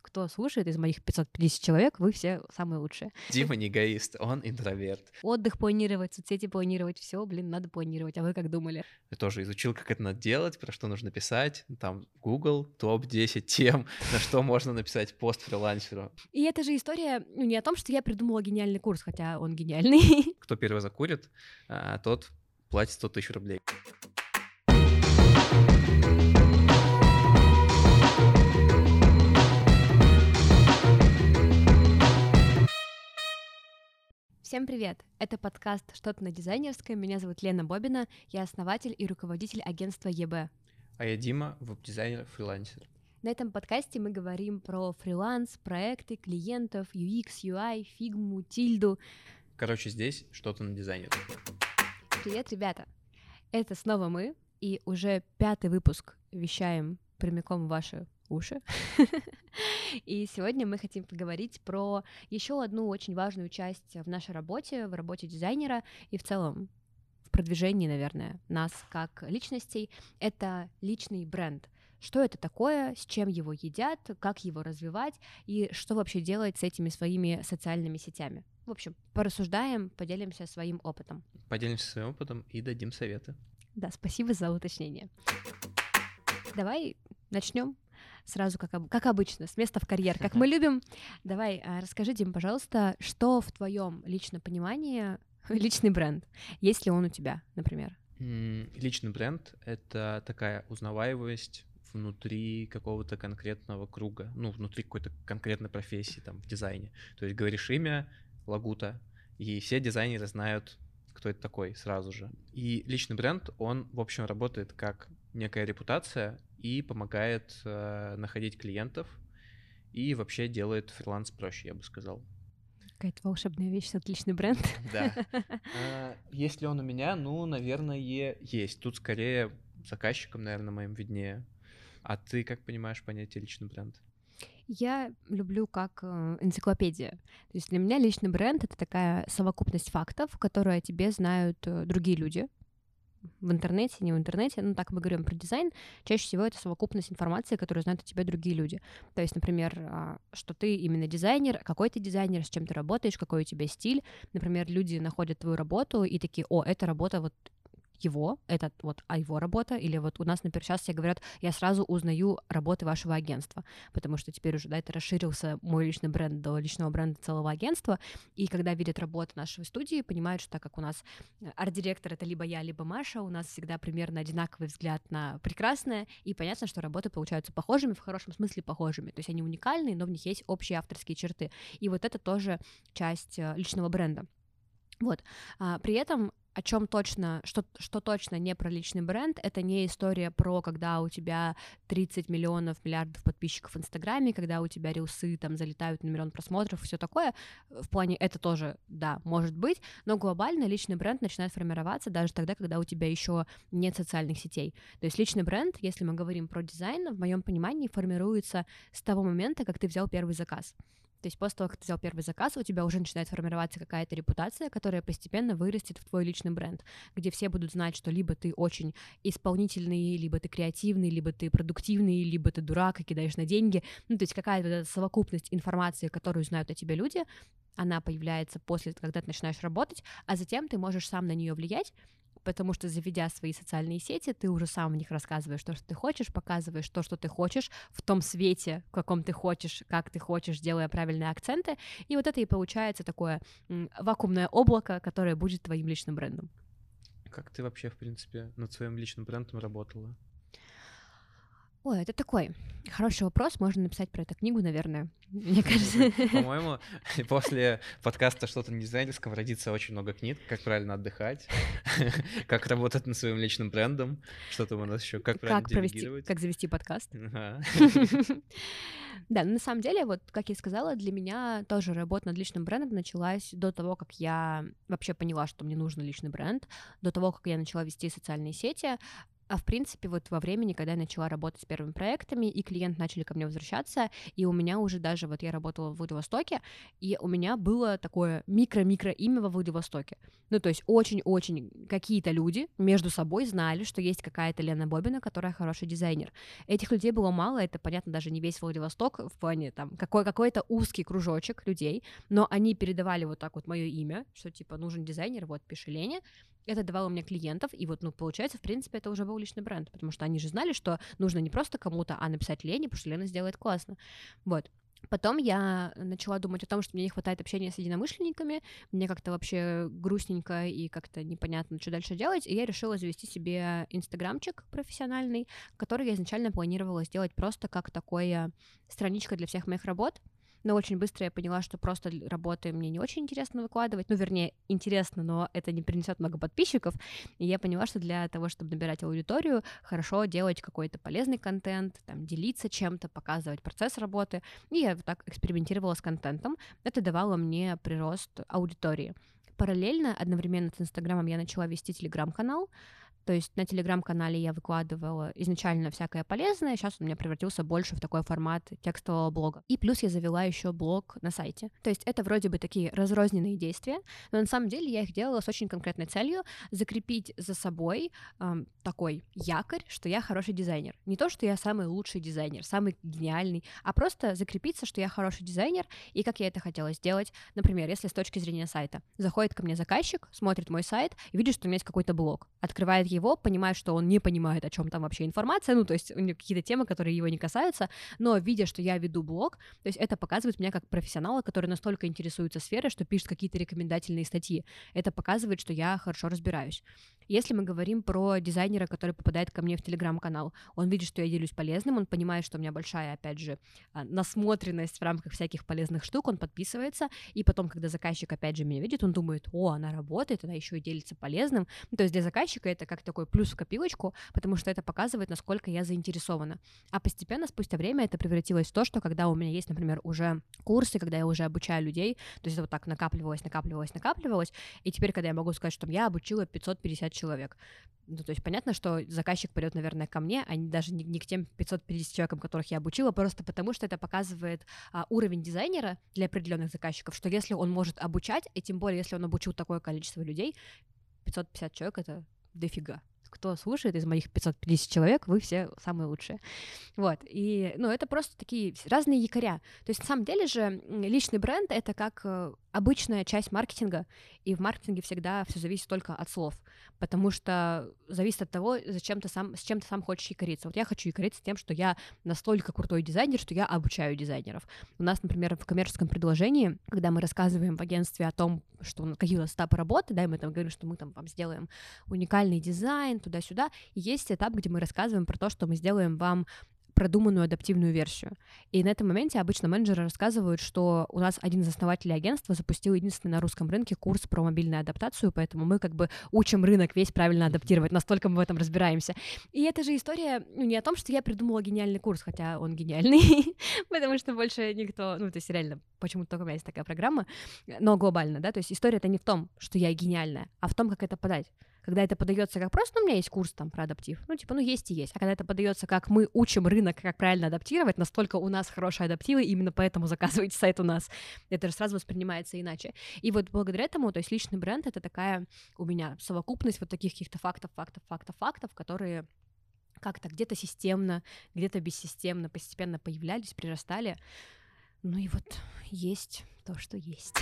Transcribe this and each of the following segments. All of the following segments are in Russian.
кто слушает из моих 550 человек, вы все самые лучшие. Дима не эгоист, он интроверт. Отдых планировать, соцсети планировать, все, надо планировать. А вы как думали? Я тоже изучил, как это надо делать, про что нужно писать. Там Google, топ-10 тем, на что можно написать пост фрилансеру. И это же история не о том, что я придумала гениальный курс, хотя он гениальный. Кто первый закурит, тот платит 100 000 рублей. Всем привет! Это подкаст «Что-то на дизайнерском». Меня зовут Лена Бобина, я основатель и руководитель агентства ЕБ. А я Дима, веб-дизайнер, фрилансер. На этом подкасте мы говорим про фриланс, проекты, клиентов, UX, UI, фигму, тильду. Короче, здесь что-то на дизайнере. Привет, ребята! Это снова мы, и уже 5-й выпуск вещаем прямиком в ваши уши. И сегодня мы хотим поговорить про еще одну очень важную часть в нашей работе, в работе дизайнера и в целом в продвижении, наверное, нас как личностей. Это личный бренд. Что это такое, с чем его едят, как его развивать и что вообще делать с этими своими социальными сетями. В общем, порассуждаем, поделимся своим опытом. Поделимся своим опытом и дадим советы. Да, спасибо за уточнение. Давай начнем. Сразу, как обычно, с места в карьер, как мы любим. Давай, расскажи, Дим, пожалуйста, что в твоем личном понимании личный бренд? Есть ли он у тебя, например? Личный бренд — это такая узнаваемость внутри какого-то конкретного круга, внутри какой-то конкретной профессии, там, в дизайне. То есть говоришь имя Лагута, и все дизайнеры знают, кто это такой сразу же. И личный бренд, он, в общем, работает как некая репутация и помогает находить клиентов и вообще делает фриланс проще, я бы сказал. Какая-то волшебная вещь, отличный бренд. Да. Есть ли он у меня? Наверное, есть. Тут скорее заказчикам, наверное, моим виднее. А ты как понимаешь понятие личный бренд? Я люблю как энциклопедия. То есть для меня личный бренд — это такая совокупность фактов, которые о тебе знают другие люди. В интернете, не в интернете, так мы говорим про дизайн, чаще всего это совокупность информации, которую знают о тебе другие люди. То есть, например, что ты именно дизайнер, какой ты дизайнер, с чем ты работаешь, какой у тебя стиль. Например, люди находят твою работу и такие: о, эта работа вот его, это вот его работа, или вот у нас, например, сейчас все говорят: я сразу узнаю работы вашего агентства, потому что теперь уже, это расширился мой личный бренд до личного бренда целого агентства, и когда видят работу нашей студии, понимают, что так как у нас арт-директор — это либо я, либо Маша, у нас всегда примерно одинаковый взгляд на прекрасное, и понятно, что работы получаются похожими, в хорошем смысле похожими, то есть они уникальные, но в них есть общие авторские черты, и вот это тоже часть личного бренда. Вот. При этом о чем точно, что точно не про личный бренд, это не история про когда у тебя 30 миллиардов подписчиков в Инстаграме, когда у тебя рилсы там залетают на 1 миллион просмотров, все такое. В плане это тоже, да, может быть, но глобально личный бренд начинает формироваться даже тогда, когда у тебя еще нет социальных сетей. То есть личный бренд, если мы говорим про дизайн, в моем понимании формируется с того момента, как ты взял первый заказ. То есть после того, как ты взял первый заказ, у тебя уже начинает формироваться какая-то репутация, которая постепенно вырастет в твой личный бренд, где все будут знать, что либо ты очень исполнительный, либо ты креативный, либо ты продуктивный, либо ты дурак и кидаешь на деньги. То есть какая-то совокупность информации, которую знают о тебе люди, она появляется после, когда ты начинаешь работать, а затем ты можешь сам на нее влиять, потому что, заведя свои социальные сети, ты уже сам в них рассказываешь то, что ты хочешь, показываешь то, что ты хочешь, в том свете, в каком ты хочешь, как ты хочешь, делая правильные акценты, и вот это и получается такое вакуумное облако, которое будет твоим личным брендом. Как ты вообще, в принципе, над своим личным брендом работала? Ой, это такой хороший вопрос, можно написать про это книгу, наверное, мне кажется. По-моему, после подкаста «Что-то на дизайнерском» родится очень много книг, как правильно отдыхать, как работать над своим личным брендом, что там у нас еще, как правильно делегировать. Как завести подкаст. Да, на самом деле, вот, как я сказала, для меня тоже работа над личным брендом началась до того, как я вообще поняла, что мне нужен личный бренд, до того, как я начала вести социальные сети. А в принципе, вот во времени, когда я начала работать с первыми проектами, и клиенты начали ко мне возвращаться, и у меня уже даже, вот я работала в Владивостоке, и у меня было такое микро-микро имя во Владивостоке. Ну, то есть очень-очень какие-то люди между собой знали, что есть какая-то Лена Бобина, которая хороший дизайнер. Этих людей было мало, это, понятно, даже не весь Владивосток, в плане там какой-то узкий кружочек людей, но они передавали вот так вот мое имя, что типа нужен дизайнер, вот пиши Лене. Это давало мне клиентов, и вот, ну, получается, в принципе, это уже был личный бренд, потому что они же знали, что нужно не просто кому-то, а написать Лене, потому что Лена сделает классно. Вот. Потом я начала думать о том, что мне не хватает общения с единомышленниками, мне как-то вообще грустненько и как-то непонятно, что дальше делать, и я решила завести себе инстаграмчик профессиональный, который я изначально планировала сделать просто как такое страничка для всех моих работ. Но очень быстро я поняла, что просто работы мне не очень интересно выкладывать. Ну, вернее, интересно, но это не принесет много подписчиков. И я поняла, что для того, чтобы набирать аудиторию, хорошо делать какой-то полезный контент, там, делиться чем-то, показывать процесс работы. И я вот так экспериментировала с контентом. Это давало мне прирост аудитории. Параллельно, одновременно с Инстаграмом я начала вести Телеграм-канал. То есть на Телеграм-канале я выкладывала изначально всякое полезное, сейчас он у меня превратился больше в такой формат текстового блога. И плюс я завела еще блог на сайте. То есть это вроде бы такие разрозненные действия, но на самом деле я их делала с очень конкретной целью закрепить за собой такой якорь, что я хороший дизайнер. Не то, что я самый лучший дизайнер, самый гениальный, а просто закрепиться, что я хороший дизайнер, и как я это хотела сделать. Например, если с точки зрения сайта заходит ко мне заказчик, смотрит мой сайт и видит, что у меня есть какой-то блог, открывает его, понимает, что он не понимает, о чем там вообще информация, ну, то есть у него какие-то темы, которые его не касаются, но видя, что я веду блог, то есть это показывает меня как профессионала, который настолько интересуется сферой, что пишет какие-то рекомендательные статьи. Это показывает, что я хорошо разбираюсь. Если мы говорим про дизайнера, который попадает ко мне в Телеграм-канал, он видит, что я делюсь полезным, он понимает, что у меня большая, опять же, насмотренность в рамках всяких полезных штук, он подписывается, и потом, когда заказчик, опять же, меня видит, он думает: о, она работает, она еще и делится полезным. Ну, то есть для заказчика это как такой плюс в копилочку, потому что это показывает, насколько я заинтересована. А постепенно, спустя время, это превратилось в то, что когда у меня есть, например, уже курсы, когда я уже обучаю людей, то есть это вот так накапливалось, и теперь, когда я могу сказать, что я обучила 550 человек, ну, то есть понятно, что заказчик пойдет, наверное, ко мне, а даже не к тем 550 человекам, которых я обучила, просто потому что это показывает уровень дизайнера для определенных заказчиков, что если он может обучать, и тем более, если он обучил такое количество людей, 550 человек — это дофига. Кто слушает из моих 550 человек, вы все самые лучшие. Вот, и, ну, это просто такие разные якоря. То есть, на самом деле же, личный бренд — это как обычная часть маркетинга, и в маркетинге всегда все зависит только от слов, потому что зависит от того, с чем ты сам хочешь якориться. Вот я хочу якориться тем, что я настолько крутой дизайнер, что я обучаю дизайнеров. У нас, например, в коммерческом предложении, когда мы рассказываем в агентстве о том, что какие у нас этапы работы, да, и мы там говорим, что мы там вам сделаем уникальный дизайн, туда-сюда, и есть этап, где мы рассказываем про то, что мы сделаем вам продуманную адаптивную версию. И на этом моменте обычно менеджеры рассказывают, что у нас один из основателей агентства запустил единственный на русском рынке курс про мобильную адаптацию, поэтому мы как бы учим рынок весь правильно адаптировать, настолько мы в этом разбираемся. И это же история, ну, не о том, что я придумала гениальный курс, хотя он гениальный, потому что больше никто, ну, то есть реально, почему-то только у меня есть такая программа, но глобально, да, то есть история-то не в том, что я гениальная, а в том, как это подать. Когда это подается как просто, ну, у меня есть курс там про адаптив, ну, типа, ну, есть и есть. А когда это подается как мы учим рынок, как правильно адаптировать, настолько у нас хорошие адаптивы, именно поэтому заказывайте сайт у нас. Это же сразу воспринимается иначе. И вот благодаря этому, то есть личный бренд — это такая у меня совокупность вот таких каких-то фактов, которые как-то где-то системно, где-то бессистемно постепенно появлялись, прирастали. Ну и вот есть то, что есть.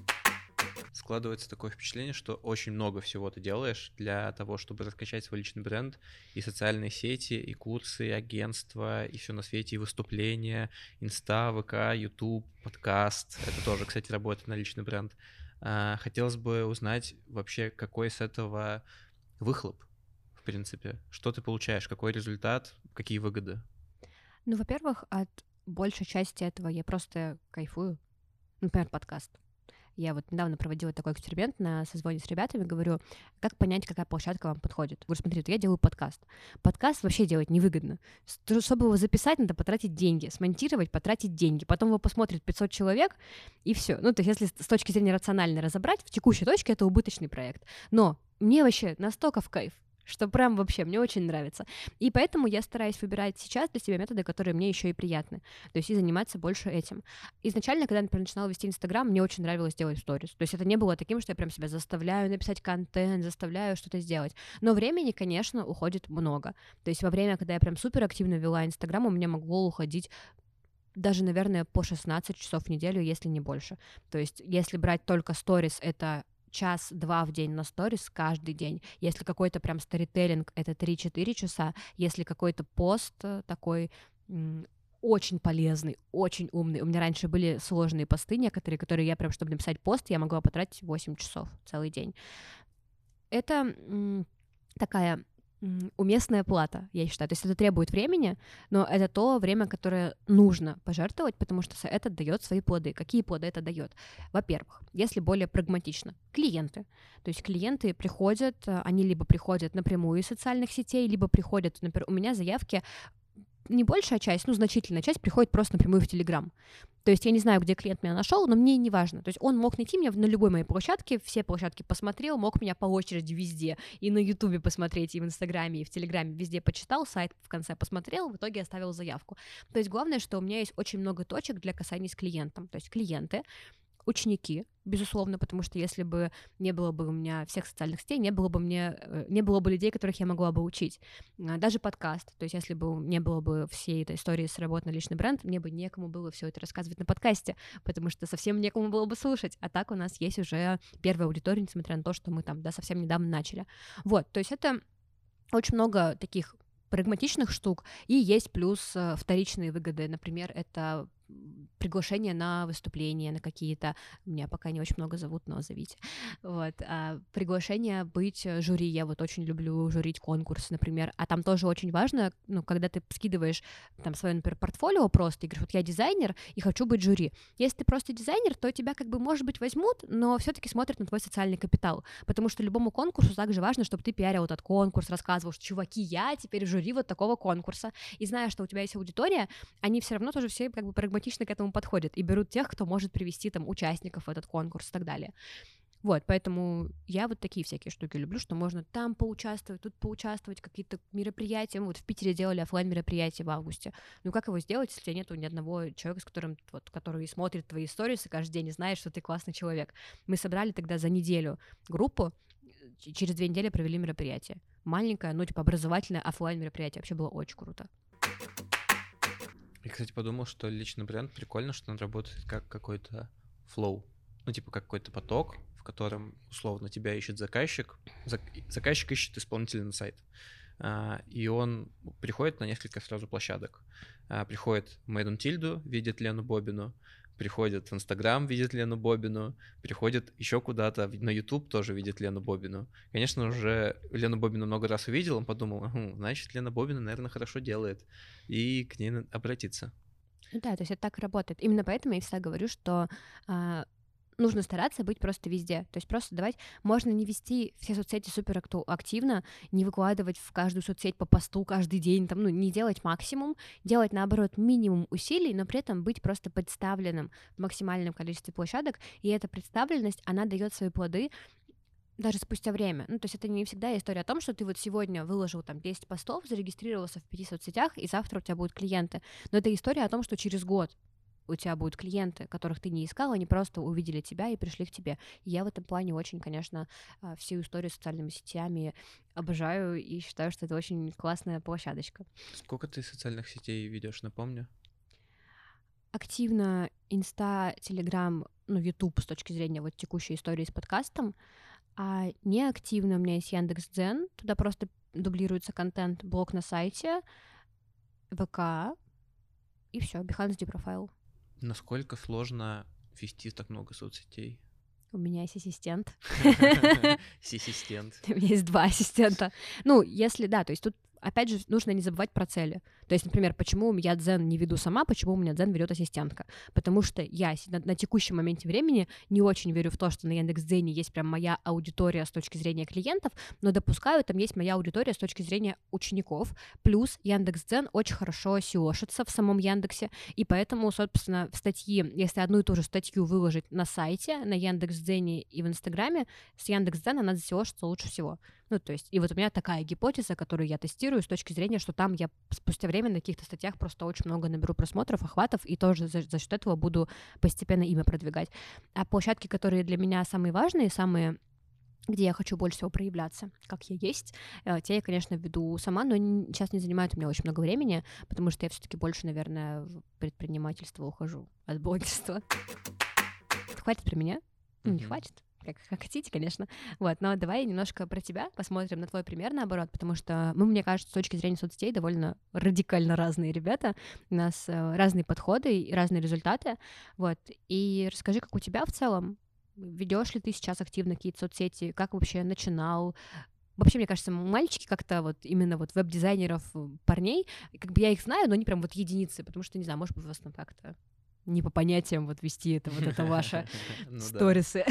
Складывается такое впечатление, что очень много всего ты делаешь для того, чтобы раскачать свой личный бренд, и социальные сети, и курсы, и агентства, и все на свете, и выступления, Инста, ВК, Ютуб, подкаст. Это тоже, кстати, работает на личный бренд. Хотелось бы узнать вообще, какой с этого выхлоп, в принципе. Что ты получаешь, какой результат, какие выгоды? Ну, во-первых, от большей части этого я просто кайфую. Например, подкаст. Я вот недавно проводила такой эксперимент на созвоне с ребятами, говорю, как понять, какая площадка вам подходит. Говорю, смотри, вот я делаю подкаст. Подкаст вообще делать невыгодно. Чтобы его записать, надо потратить деньги, смонтировать, потратить деньги. Потом его посмотрит 500 человек, и все. Ну, то есть если с точки зрения рационально разобрать, в текущей точке это убыточный проект. Но мне вообще настолько в кайф что прям вообще мне очень нравится. И поэтому я стараюсь выбирать сейчас для себя методы, которые мне еще и приятны, то есть и заниматься больше этим. Изначально, когда я, например, начинала вести Инстаграм, мне очень нравилось делать сторис, то есть это не было таким, что я прям себя заставляю написать контент, заставляю что-то сделать, но времени, конечно, уходит много, то есть во время, когда я прям супер активно вела Инстаграм, у меня могло уходить даже, наверное, по 16 часов в неделю, если не больше. То есть, если брать только сторис, это час-два в день на сторис каждый день. Если какой-то прям сторителлинг, это 3-4 часа. Если какой-то пост такой очень полезный, очень умный. У меня раньше были сложные посты некоторые, которые я прям, чтобы написать пост, я могла потратить 8 часов целый день. Это такая уместная плата, я считаю. То есть это требует времени, но это то время, которое нужно пожертвовать, потому что это дает свои плоды. Какие плоды это дает? Во-первых, если более прагматично, клиенты. То есть клиенты приходят, они либо приходят напрямую из социальных сетей, либо приходят, например, у меня заявки, не большая часть, ну, значительная часть приходит просто напрямую в Телеграм. То есть я не знаю, где клиент меня нашел, но мне не важно. То есть он мог найти меня на любой моей площадке, все площадки посмотрел, мог меня по очереди везде, и на Ютубе посмотреть, и в Инстаграме, и в Телеграме, везде почитал, сайт в конце посмотрел, в итоге оставил заявку. То есть главное, что у меня есть очень много точек для касаний с клиентом. То есть клиенты, ученики, безусловно, потому что если бы не было бы у меня всех социальных сетей, не было бы людей, которых я могла бы учить. Даже подкаст, то есть если бы не было бы всей этой истории с работой на личный бренд, мне бы некому было все это рассказывать на подкасте, потому что совсем некому было бы слушать. А так у нас есть уже первая аудитория, несмотря на то, что мы там, да, совсем недавно начали. Вот, то есть это очень много таких прагматичных штук, и есть плюс вторичные выгоды, например, это приглашение на выступления, на какие-то, меня пока не очень много зовут, но зовите, вот, приглашение быть жюри, я вот очень люблю жюрить конкурс, например, а там тоже очень важно, ну, когда ты скидываешь там свое, например, портфолио просто, и говоришь, вот я дизайнер и хочу быть жюри, если ты просто дизайнер, то тебя как бы, может быть, возьмут, но все-таки смотрят на твой социальный капитал, потому что любому конкурсу также важно, чтобы ты пиарил этот конкурс, рассказывал, что, чуваки, я теперь в жюри вот такого конкурса, и зная, что у тебя есть аудитория, они все равно тоже все как бы прагматично к этому подходят и берут тех, кто может привести там участников в этот конкурс и так далее. Вот, поэтому я вот такие всякие штуки люблю, что можно там поучаствовать, тут поучаствовать, какие-то мероприятия. Мы вот в Питере делали офлайн мероприятие в августе. Ну как его сделать, если у тебя нету ни одного человека, с которым, вот, который смотрит твои сторисы каждый день и знает, что ты классный человек. Мы собрали тогда за неделю группу, через 2 недели провели мероприятие. Маленькое, ну типа образовательное офлайн мероприятие. Вообще было очень круто. Я, кстати, подумал, что личный бренд прикольно, что он работает как какой-то флоу. Ну, типа, как какой-то поток, в котором, условно, тебя ищет заказчик. Заказчик ищет исполнителя на сайт. И он приходит на несколько сразу площадок. Приходит в Made on Tildo, видит Лену Бобину, приходит в Инстаграм, видит Лену Бобину, приходит еще куда-то, на YouTube тоже видит Лену Бобину. Конечно, уже Лену Бобину много раз увидел, он подумал, значит, Лена Бобина, наверное, хорошо делает, и к ней обратиться. Ну да, то есть это так и работает. Именно поэтому я всегда говорю, что нужно стараться быть просто везде. То есть просто давать... Можно не вести все соцсети супер активно, не выкладывать в каждую соцсеть по посту каждый день, там, ну, не делать максимум, делать, наоборот, минимум усилий, но при этом быть просто представленным в максимальном количестве площадок, и эта представленность, она дает свои плоды даже спустя время. Ну, то есть это не всегда история о том, что ты вот сегодня выложил там 10 постов, зарегистрировался в 5 соцсетях, и завтра у тебя будут клиенты. Но это история о том, что через год у тебя будут клиенты, которых ты не искал, они просто увидели тебя и пришли к тебе. И я в этом плане очень, конечно, всю историю с социальными сетями обожаю и считаю, что это очень классная площадочка. Сколько ты социальных сетей ведешь, напомню? Активно Инста, Телеграм, ну, Ютуб с точки зрения вот текущей истории с подкастом, а неактивно у меня есть Яндекс.Дзен, туда просто дублируется контент, блог на сайте, ВК, и все, Behance Deprofile. Насколько сложно вести так много соцсетей? У меня есть ассистент. Ассистент. У меня есть 2 ассистента. Ну, если, да, то есть тут опять же, нужно не забывать про цели. То есть, например, почему я Дзен не веду сама, почему у меня Дзен ведет ассистентка? Потому что я на текущем моменте времени не очень верю в то, что на Яндекс.Дзене есть прям моя аудитория с точки зрения клиентов, но допускаю, там есть моя аудитория с точки зрения учеников, плюс Яндекс.Дзен очень хорошо SEO-шится в самом Яндексе, и поэтому, собственно, в статьи, если одну и ту же статью выложить на сайте, на Яндекс.Дзене и в Инстаграме, с Яндекс.Дзена она SEO-шится лучше всего. Ну, то есть, и вот у меня такая гипотеза, которую я тестирую с точки зрения, что там я спустя время на каких-то статьях просто очень много наберу просмотров, охватов, и тоже за счет этого буду постепенно имя продвигать. А площадки, которые для меня самые важные, самые где я хочу больше всего проявляться, как я есть. Те я, конечно, веду сама, но сейчас не занимают у меня очень много времени, потому что я все-таки больше, наверное, в предпринимательство ухожу от блогерства. Хватит про меня? Не хватит. Как хотите, конечно. Вот, но давай немножко про тебя посмотрим на твой пример, наоборот, потому что мы, мне кажется, с точки зрения соцсетей довольно радикально разные ребята, у нас разные подходы и разные результаты, вот, и расскажи, как у тебя в целом, ведешь ли ты сейчас активно какие-то соцсети, как вообще начинал? Вообще, мне кажется, мальчики как-то вот именно вот веб-дизайнеров, парней, как бы я их знаю, но они прям вот единицы, потому что, не знаю, может быть, у вас там как-то не по понятиям вот вести это, вот это ваше сторисы.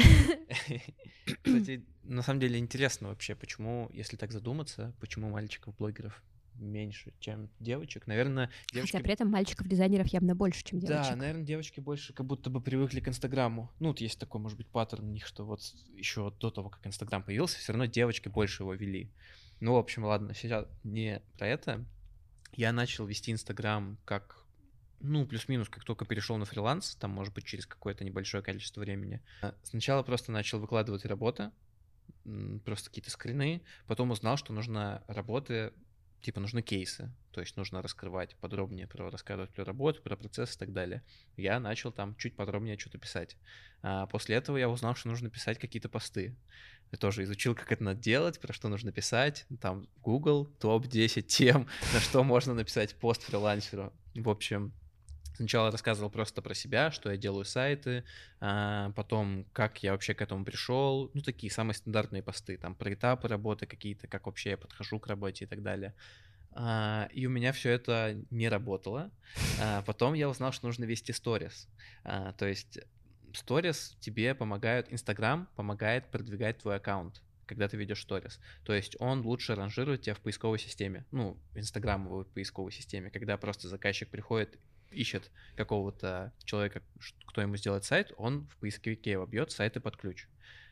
Кстати, на самом деле интересно вообще, почему, если так задуматься, почему мальчиков-блогеров меньше, чем девочек. Наверное, девочки... Хотя при этом мальчиков-дизайнеров явно больше, чем девочек. Да, наверное, девочки больше как будто бы привыкли к Инстаграму. Ну, вот есть такой, может быть, паттерн у них, что вот еще до того, как Инстаграм появился, все равно девочки больше его вели. Ну, в общем, ладно, сейчас не про это. Я начал вести Инстаграм как, ну, плюс-минус, как только перешел на фриланс, там, может быть, через какое-то небольшое количество времени. Сначала просто начал выкладывать работы, просто какие-то скрины, потом узнал, что нужно работы, типа нужны кейсы, то есть нужно раскрывать подробнее рассказывать про работу, про процесс и так далее. Я начал там чуть подробнее что-то писать. После этого я узнал, что нужно писать какие-то посты. Я тоже изучил, как это надо делать, про что нужно писать. Там Google, топ-10 тем, на что можно написать пост фрилансеру. В общем, сначала рассказывал просто про себя, что я делаю сайты, потом как я вообще к этому пришел, ну, такие самые стандартные посты, там, про этапы работы какие-то, как вообще я подхожу к работе и так далее. И у меня все это не работало. Потом я узнал, что нужно вести сторис. То есть сторис тебе помогают, Инстаграм помогает продвигать твой аккаунт, когда ты ведешь сторис. То есть он лучше ранжирует тебя в поисковой системе, ну, в инстаграмовой поисковой системе, когда просто заказчик приходит, ищет какого-то человека, кто ему сделает сайт, он в поисковике вобьет сайты под ключ.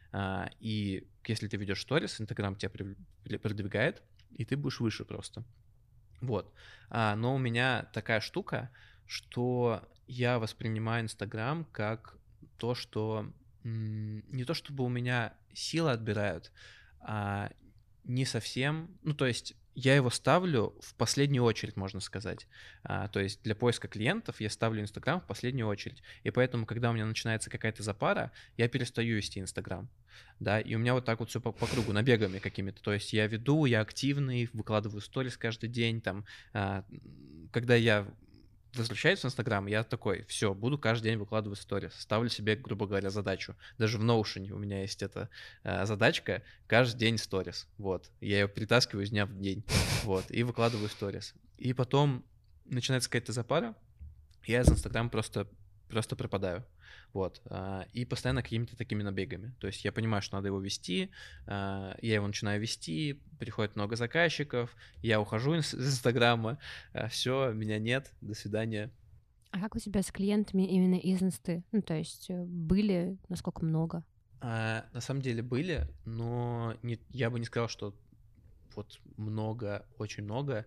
И если ты ведешь сторис, Инстаграм тебя продвигает, и ты будешь выше просто. Вот. Но у меня такая штука, что я воспринимаю Инстаграм как то, что не то чтобы у меня силы отбирают, а не совсем, ну, то есть я его ставлю в последнюю очередь, можно сказать. То есть для поиска клиентов я ставлю Инстаграм в последнюю очередь. И поэтому, когда у меня начинается какая-то запара, я перестаю вести Инстаграм. Да, и у меня вот так вот все по кругу, набегами какими-то. То есть я веду, я активный, выкладываю сторис каждый день. Там, когда я возвращаюсь в Инстаграм, я такой, все, буду каждый день выкладывать сторис. Ставлю себе, грубо говоря, задачу. Даже в Notion у меня есть эта задачка, каждый день сторис. Вот. Я ее притаскиваю из дня в день. Вот. И выкладываю сторис. И потом начинается какая-то запара, я из Инстаграма просто пропадаю. Вот. И постоянно какими-то такими набегами. То есть я понимаю, что надо его вести, я его начинаю вести, приходит много заказчиков, я ухожу из Инстаграма, все, меня нет, до свидания. А как у тебя с клиентами именно из Инсты? Ну, то есть были, насколько много? На самом деле были, но я бы не сказал, что вот много, очень много.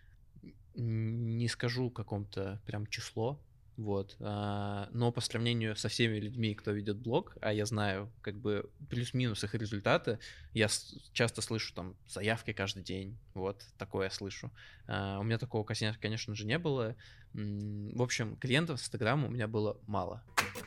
Не скажу каком-то прям число, вот, но по сравнению со всеми людьми, кто ведет блог, а я знаю как бы плюс-минус их результаты, я часто слышу там заявки каждый день, вот, такое я слышу. У меня такого, конечно же, не было. В общем, клиентов с Инстаграма у меня было мало.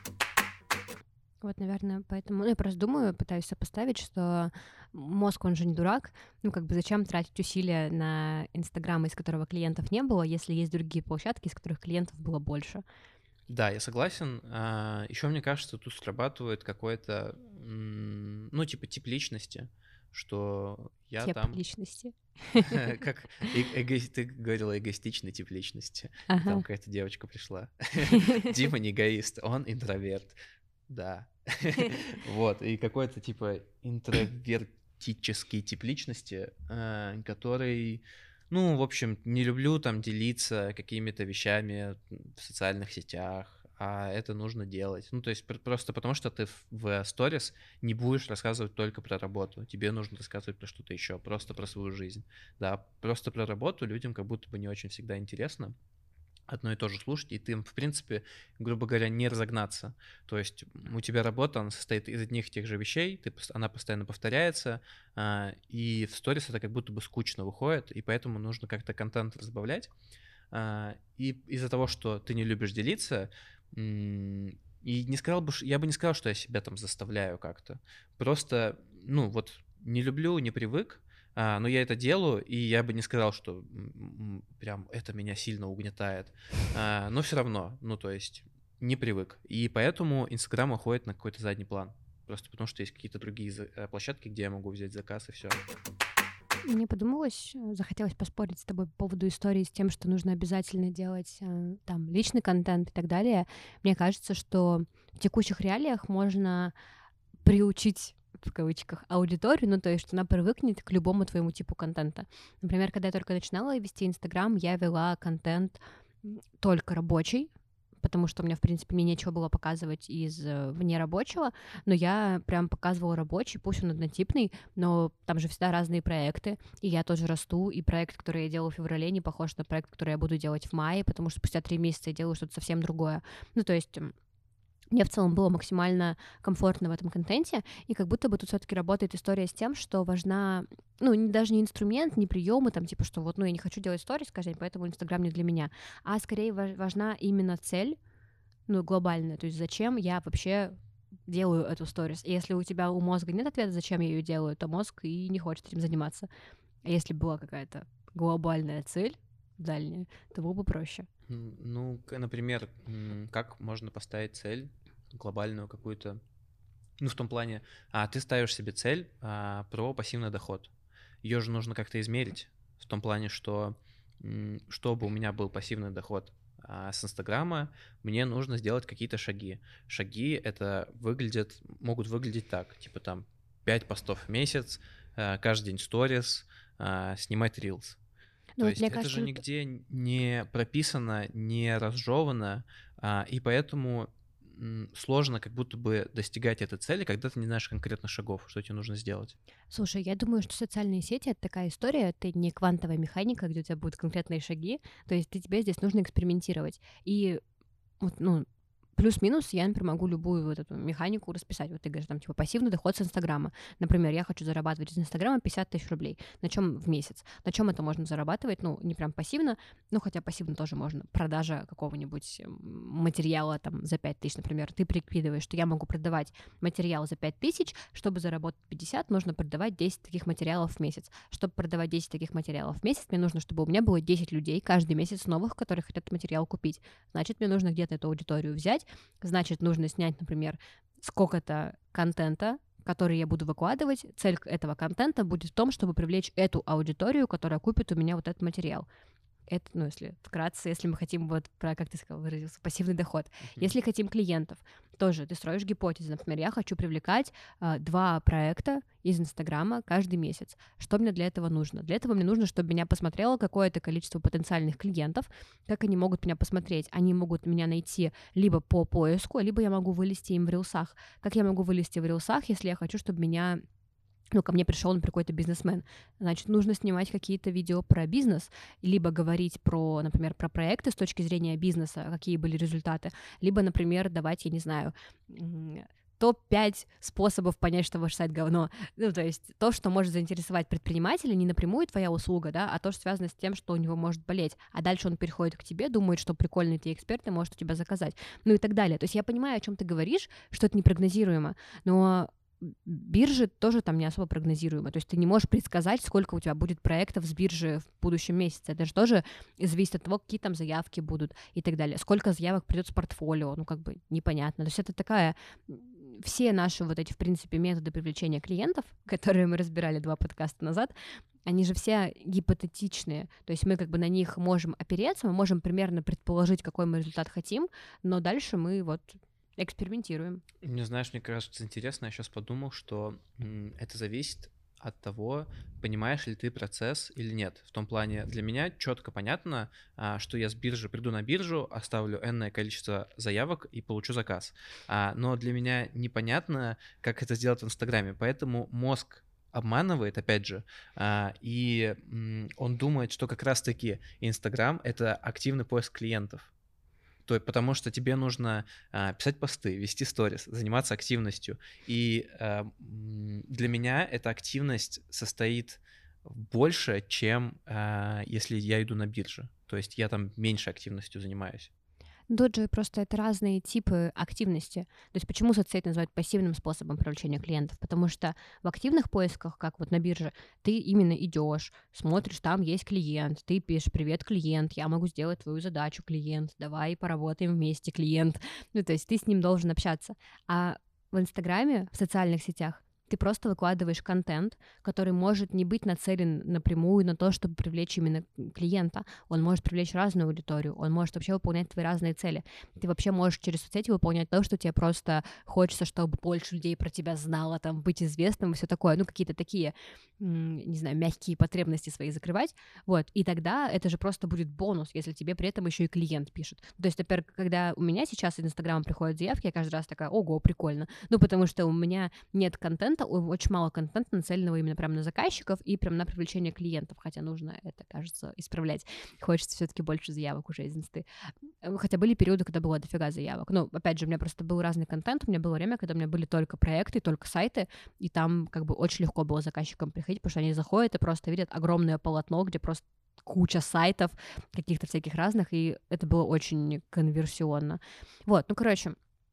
Вот, наверное, поэтому... Ну, я просто думаю, пытаюсь сопоставить, что мозг, он же не дурак. Ну, как бы зачем тратить усилия на Инстаграм, из которого клиентов не было, если есть другие площадки, из которых клиентов было больше? Да, я согласен. Еще мне кажется, тут срабатывает какой-то, ну, тип личности. что я Тип там, личности. как ты говорила, эгоистичный тип личности. И там Ага. какая-то девочка пришла. Дима не эгоист, он интроверт. Да. Вот, и какой-то типа интровертический тип личности, который, ну, в общем, не люблю там делиться какими-то вещами в социальных сетях, а это нужно делать. Ну, то есть просто потому, что ты в сторис не будешь рассказывать только про работу, тебе нужно рассказывать про что-то еще, просто про свою жизнь. Да, просто про работу людям как будто бы не очень всегда интересно одно и то же слушать, и ты им, в принципе, грубо говоря, не разогнаться. То есть у тебя работа, она состоит из одних и тех же вещей, она постоянно повторяется, и в сторис это как будто бы скучно выходит, и поэтому нужно как-то контент разбавлять. И из-за того, что ты не любишь делиться, и не сказал бы, я бы не сказал, что я себя там заставляю как-то. Просто, ну, вот не люблю, не привык, но я это делаю, и я бы не сказал, что прям это меня сильно угнетает. Но все равно, ну, то есть не привык. И поэтому Инстаграм уходит на какой-то задний план. Просто потому что есть какие-то другие площадки, где я могу взять заказ, и все. Мне подумалось, захотелось поспорить с тобой по поводу истории с тем, что нужно обязательно делать там личный контент и так далее. Мне кажется, что в текущих реалиях можно приучить в кавычках аудиторию, ну то есть, что она привыкнет к любому твоему типу контента. Например, когда я только начинала вести Инстаграм, я вела контент только рабочий, потому что у меня, в принципе, мне нечего было показывать из вне рабочего, но я прям показывала рабочий, пусть он однотипный, но там же всегда разные проекты, и я тоже расту, и проект, который я делаю в феврале, не похож на проект, который я буду делать в мае, потому что спустя 3 месяца я делаю что-то совсем другое. Ну, то есть мне в целом было максимально комфортно в этом контенте, и как будто бы тут все таки работает история с тем, что важна, ну, даже не инструмент, не приемы, там, типа, что вот, ну, я не хочу делать сторис каждый день, поэтому Инстаграм не для меня, а скорее важна именно цель, ну, глобальная, то есть зачем я вообще делаю эту сторис. И если у тебя у мозга нет ответа, зачем я ее делаю, то мозг и не хочет этим заниматься. А если была какая-то глобальная цель, дальняя, то было бы проще. Ну, например, как можно поставить цель глобальную какую-то, ну, в том плане, ты ставишь себе цель про пассивный доход. Ее же нужно как-то измерить, в том плане, что чтобы у меня был пассивный доход с Инстаграма, мне нужно сделать какие-то шаги. Шаги это могут выглядеть так, типа там 5 постов в месяц, каждый день сторис, снимать рилс. Ну, То вот есть мне это же кажется, тут нигде не прописано, не разжевано, и поэтому сложно как будто бы достигать этой цели, когда ты не знаешь конкретно шагов, что тебе нужно сделать. слушай, я думаю, что социальные сети — это такая история, это не квантовая механика, где у тебя будут конкретные шаги, то есть тебе здесь нужно экспериментировать. И вот, ну, плюс-минус я, например, могу любую вот эту механику расписать. Вот ты говоришь, там, типа, пассивный доход с Инстаграма. Например, я хочу зарабатывать из Инстаграма 50 тысяч рублей. На чем в месяц? На чем это можно зарабатывать? Ну, не прям пассивно, ну, хотя пассивно тоже можно. Продажа какого-нибудь материала там за 5 тысяч, например. Ты прикидываешь, что я могу продавать материал за 5 тысяч, чтобы заработать 50, нужно продавать 10 таких материалов в месяц. Чтобы продавать 10 таких материалов в месяц, мне нужно, чтобы у меня было 10 людей каждый месяц новых, которые хотят материал купить. Значит, мне нужно где-то эту аудиторию взять, значит, нужно снять, например, сколько-то контента, который я буду выкладывать. Цель этого контента будет в том, чтобы привлечь эту аудиторию, которая купит у меня вот этот материал. Это, ну, если вкратце, если мы хотим вот про, как ты сказал, выразился, пассивный доход. Если хотим клиентов, тоже ты строишь гипотезы. Например, я хочу привлекать 2 проекта из Инстаграма каждый месяц. Что мне для этого нужно? Для этого мне нужно, чтобы меня посмотрело какое-то количество потенциальных клиентов. Как они могут меня посмотреть? Они могут меня найти либо по поиску, либо я могу вылезти им в рилсах. Как я могу вылезти в рилсах, если я хочу, чтобы меня ко мне пришел, например, какой-то бизнесмен, значит, нужно снимать какие-то видео про бизнес, либо говорить про, например, про проекты с точки зрения бизнеса, какие были результаты, либо, например, давать, я не знаю, топ-5 способов понять, что ваш сайт говно. Ну, то есть то, что может заинтересовать предпринимателя, не напрямую твоя услуга, да, а то, что связано с тем, что у него может болеть. А дальше он переходит к тебе, думает, что прикольный ты эксперт и может у тебя заказать. Ну и так далее. То есть я понимаю, о чем ты говоришь, что это непрогнозируемо, но биржи тоже там не особо прогнозируемы. То есть ты не можешь предсказать, сколько у тебя будет проектов с биржи в будущем месяце. Это же тоже зависит от того, какие там заявки будут и так далее. Сколько заявок придет с портфолио, ну как бы непонятно. То есть это такая все наши вот эти, в принципе, методы привлечения клиентов, которые мы разбирали 2 подкаста назад, они же все гипотетичные. То есть мы как бы на них можем опереться, мы можем примерно предположить, какой мы результат хотим, но дальше мы вот экспериментируем. Мне, знаешь, мне кажется интересно, я сейчас подумал, что это зависит от того, понимаешь ли ты процесс или нет. В том плане, для меня четко понятно, что я с биржи приду на биржу, оставлю энное количество заявок и получу заказ. Но для меня непонятно, как это сделать в Инстаграме, поэтому мозг обманывает, опять же, и он думает, что как раз-таки Инстаграм — это активный поиск клиентов. Потому что тебе нужно писать посты, вести сторис, заниматься активностью. И для меня эта активность состоит больше, чем если я иду на бирже. То есть я там меньше активностью занимаюсь. Тут же просто это разные типы активности. То есть почему соцсеть называют пассивным способом привлечения клиентов? Потому что в активных поисках, как вот на бирже, ты именно идешь, смотришь, там есть клиент, ты пишешь: «Привет, клиент, я могу сделать твою задачу, клиент, давай поработаем вместе, клиент». Ну, то есть ты с ним должен общаться. А в Инстаграме, в социальных сетях, ты просто выкладываешь контент, который может не быть нацелен напрямую на то, чтобы привлечь именно клиента. Он может привлечь разную аудиторию, он может вообще выполнять твои разные цели. Ты вообще можешь через соцсети выполнять то, что тебе просто хочется, чтобы больше людей про тебя знало, там, быть известным и все такое. Ну, какие-то такие, не знаю, мягкие потребности свои закрывать. Вот. И тогда это же просто будет бонус, если тебе при этом еще и клиент пишет. То есть, например, когда у меня сейчас из Инстаграма приходят заявки, я каждый раз такая: ого, прикольно. Ну, потому что у меня нет контента, очень мало контента, нацеленного именно прям на заказчиков и прям на привлечение клиентов, хотя нужно это, кажется, исправлять. Хочется все-таки больше заявок уже из Инсты. Хотя были периоды, когда было дофига заявок. Ну, опять же, у меня просто был разный контент, у меня было время, когда у меня были только проекты, только сайты, и там как бы очень легко было заказчикам приходить, потому что они заходят и просто видят огромное полотно, где просто куча сайтов каких-то всяких разных, и это было очень конверсионно. Вот, ну, короче,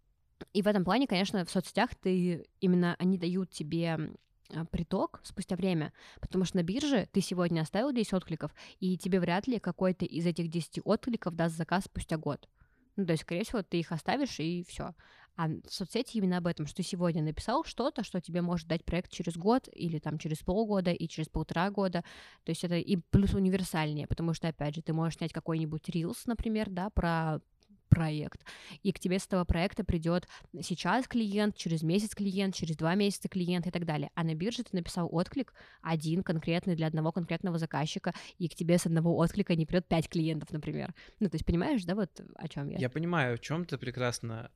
и в этом плане, конечно, в соцсетях именно они дают тебе приток спустя время, потому что на бирже ты сегодня оставил 10 откликов, и тебе вряд ли какой-то из этих 10 откликов даст заказ спустя год. Ну, то есть, скорее всего, ты их оставишь, и все. А в соцсети именно об этом, что ты сегодня написал что-то, что тебе может дать проект через год, или там через полгода, и через 1,5 года. То есть это и плюс универсальнее, потому что, опять же, ты можешь снять какой-нибудь Reels, например, да, про проект, и к тебе с этого проекта придет сейчас клиент, через месяц клиент, через 2 месяца клиент и так далее. А на бирже ты написал отклик один конкретный для одного конкретного заказчика, и к тебе с одного отклика не придет 5 клиентов, например. Ну, то есть понимаешь, да, вот о чем я? Я понимаю, о чем ты прекрасно.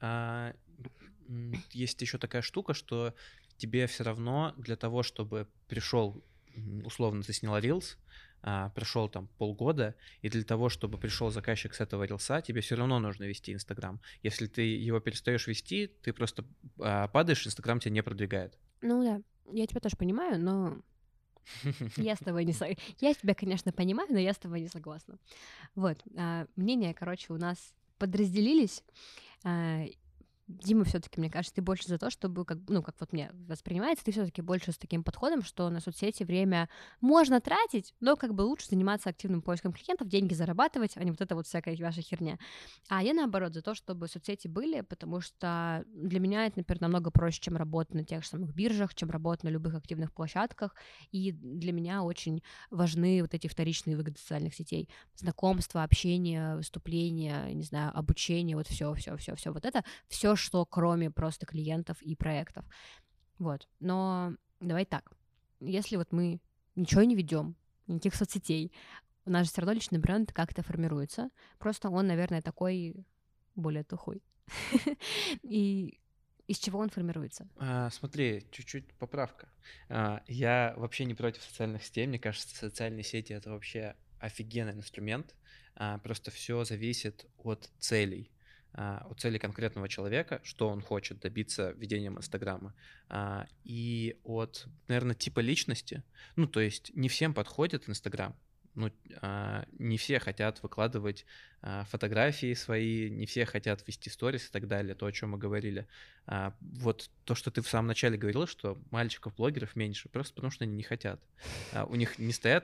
Есть еще такая штука, что тебе все равно для того, чтобы пришел, условно, ты сняла Reels, прошел там полгода, и для того, чтобы пришел заказчик с этого рилса, тебе все равно нужно вести Инстаграм. Если ты его перестаешь вести, ты просто падаешь, Инстаграм тебя не продвигает. Ну да, я тебя тоже понимаю, но я с тобой не согласна. Я тебя, конечно, понимаю, но я с тобой не согласна. Вот, мнения, короче, у нас подразделились. Дима, все-таки, мне кажется, ты больше за то, чтобы, как вот мне воспринимается, ты все-таки больше с таким подходом, что на соцсети время можно тратить, но как бы лучше заниматься активным поиском клиентов, деньги зарабатывать, а не вот это вот всякая ваша херня. А я, наоборот, за то, чтобы соцсети были, потому что для меня это, например, намного проще, чем работать на тех же самых биржах, чем работать на любых активных площадках, и для меня очень важны вот эти вторичные выгоды социальных сетей. Знакомства, общение, выступления, не знаю, обучение, вот все вот это, все, что кроме просто клиентов и проектов. Вот. Но давай так. Если вот мы ничего не ведем, никаких соцсетей, у нас же все равно личный бренд как-то формируется. Просто он, наверное, такой более тухой. И из чего он формируется? Смотри, чуть-чуть поправка. Я вообще не против социальных сетей. Мне кажется, социальные сети — это вообще офигенный инструмент. Просто все зависит от целей. От цели конкретного человека, что он хочет добиться ведением Инстаграма, и от, наверное, типа личности. Ну, то есть не всем подходит Инстаграм. Ну, не все хотят выкладывать фотографии свои, не все хотят вести сторис и так далее, то, о чем мы говорили. Вот то, что ты в самом начале говорил, что мальчиков-блогеров меньше, просто потому что они не хотят. У них не стоят